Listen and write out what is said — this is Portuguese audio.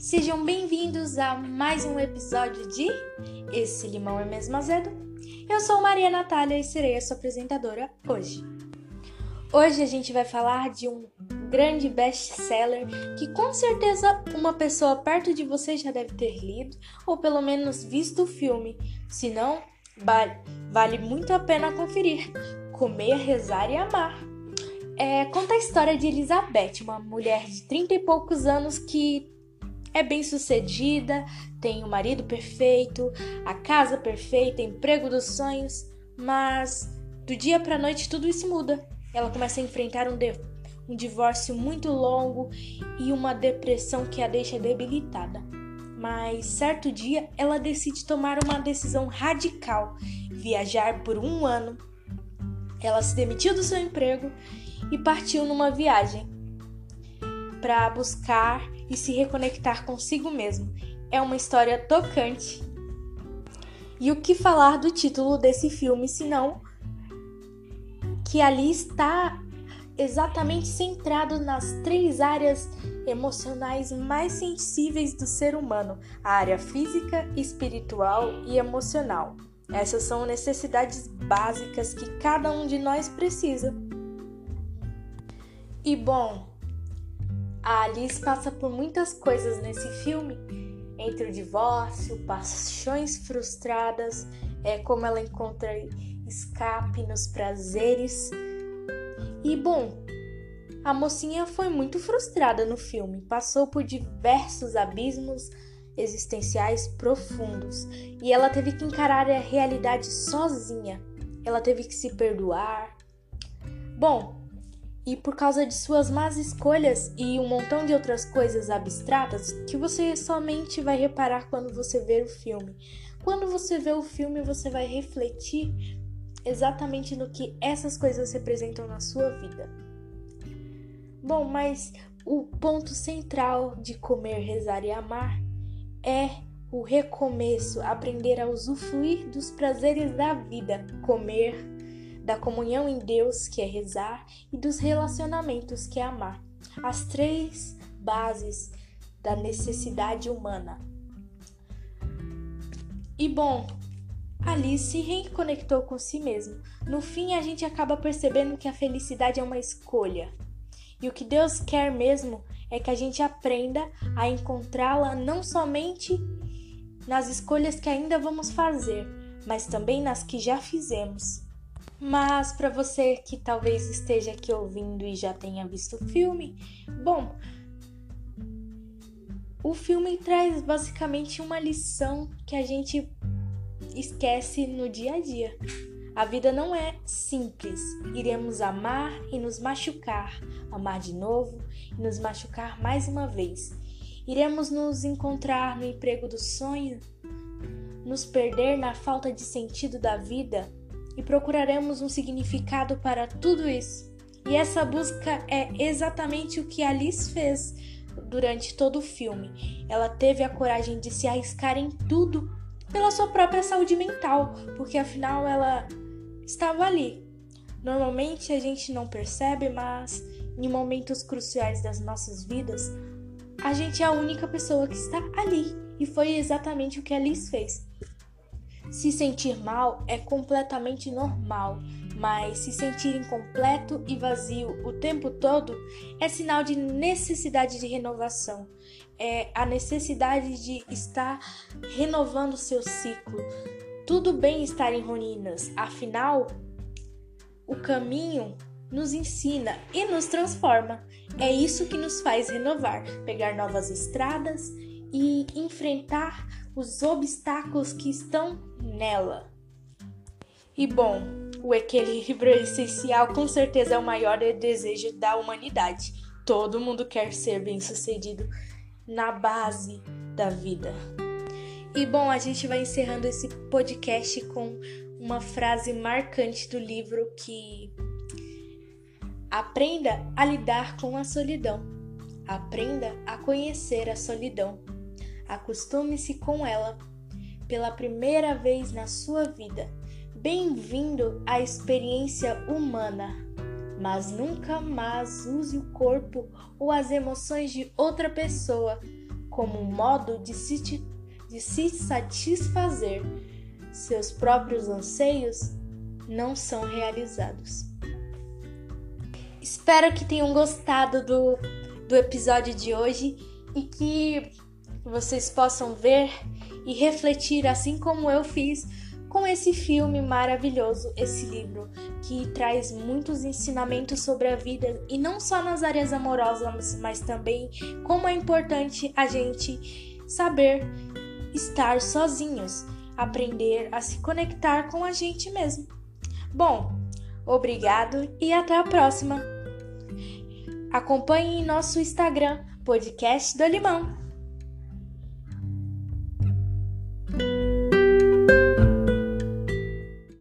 Sejam bem-vindos a mais um episódio de Esse Limão é Mesmo Azedo. Eu sou Maria Natália e serei a sua apresentadora hoje. Hoje a gente vai falar de um grande best-seller que com certeza uma pessoa perto de você já deve ter lido ou pelo menos visto o filme. Se não, vale muito a pena conferir. Comer, Rezar e Amar. Conta a história de Elizabeth, uma mulher de 30 e poucos anos que é bem-sucedida, tem o marido perfeito, a casa perfeita, emprego dos sonhos, mas do dia para a noite tudo isso muda. Ela começa a enfrentar um divórcio muito longo e uma depressão que a deixa debilitada. Mas certo dia ela decide tomar uma decisão radical, viajar por 1 ano. Ela se demitiu do seu emprego e partiu numa viagem para buscar e se reconectar consigo mesmo. É uma história tocante. E o que falar do título desse filme, senão que ali está exatamente centrado nas 3 áreas emocionais mais sensíveis do ser humano: a área física, espiritual e emocional. Essas são necessidades básicas que cada um de nós precisa. E bom, a Alice passa por muitas coisas nesse filme, entre o divórcio, paixões frustradas, como ela encontra escape nos prazeres. E bom, a mocinha foi muito frustrada no filme, passou por diversos abismos existenciais profundos e ela teve que encarar a realidade sozinha, ela teve que se perdoar. Bom, e por causa de suas más escolhas e um montão de outras coisas abstratas que você somente vai reparar quando você ver o filme. Quando você vê o filme, você vai refletir exatamente no que essas coisas representam na sua vida. Bom, mas o ponto central de Comer, Rezar e Amar é o recomeço, aprender a usufruir dos prazeres da vida, comer, da comunhão em Deus, que é rezar, e dos relacionamentos, que é amar. As 3 bases da necessidade humana. E bom, Alice se reconectou com si mesma. No fim, a gente acaba percebendo que a felicidade é uma escolha. E o que Deus quer mesmo é que a gente aprenda a encontrá-la não somente nas escolhas que ainda vamos fazer, mas também nas que já fizemos. Mas para você que talvez esteja aqui ouvindo e já tenha visto o filme, bom, o filme traz basicamente uma lição que a gente esquece no dia a dia. A vida não é simples. Iremos amar e nos machucar, amar de novo e nos machucar mais uma vez. Iremos nos encontrar no emprego do sonho, nos perder na falta de sentido da vida e procuraremos um significado para tudo isso. E essa busca é exatamente o que Alice fez durante todo o filme. Ela teve a coragem de se arriscar em tudo pela sua própria saúde mental, porque afinal ela estava ali. Normalmente a gente não percebe, mas em momentos cruciais das nossas vidas, a gente é a única pessoa que está ali. E foi exatamente o que Alice fez. Se sentir mal é completamente normal, mas se sentir incompleto e vazio o tempo todo é sinal de necessidade de renovação. É a necessidade de estar renovando seu ciclo. Tudo bem estar em ruínas, afinal, o caminho nos ensina e nos transforma. É isso que nos faz renovar, pegar novas estradas e enfrentar os obstáculos que estão nela. E bom, o equilíbrio essencial com certeza é o maior desejo da humanidade. Todo mundo quer ser bem-sucedido na base da vida. E bom, a gente vai encerrando esse podcast com uma frase marcante do livro que aprenda a lidar com a solidão. Aprenda a conhecer a solidão. Acostume-se com ela pela primeira vez na sua vida. Bem-vindo à experiência humana, mas nunca mais use o corpo ou as emoções de outra pessoa como um modo de se satisfazer. Seus próprios anseios não são realizados. Espero que tenham gostado do episódio de hoje e que vocês possam ver e refletir assim como eu fiz com esse filme maravilhoso, esse livro que traz muitos ensinamentos sobre a vida e não só nas áreas amorosas, mas também como é importante a gente saber estar sozinhos, aprender a se conectar com a gente mesmo. Bom, obrigado e até a próxima. Acompanhe em nosso Instagram, Podcast do Limão.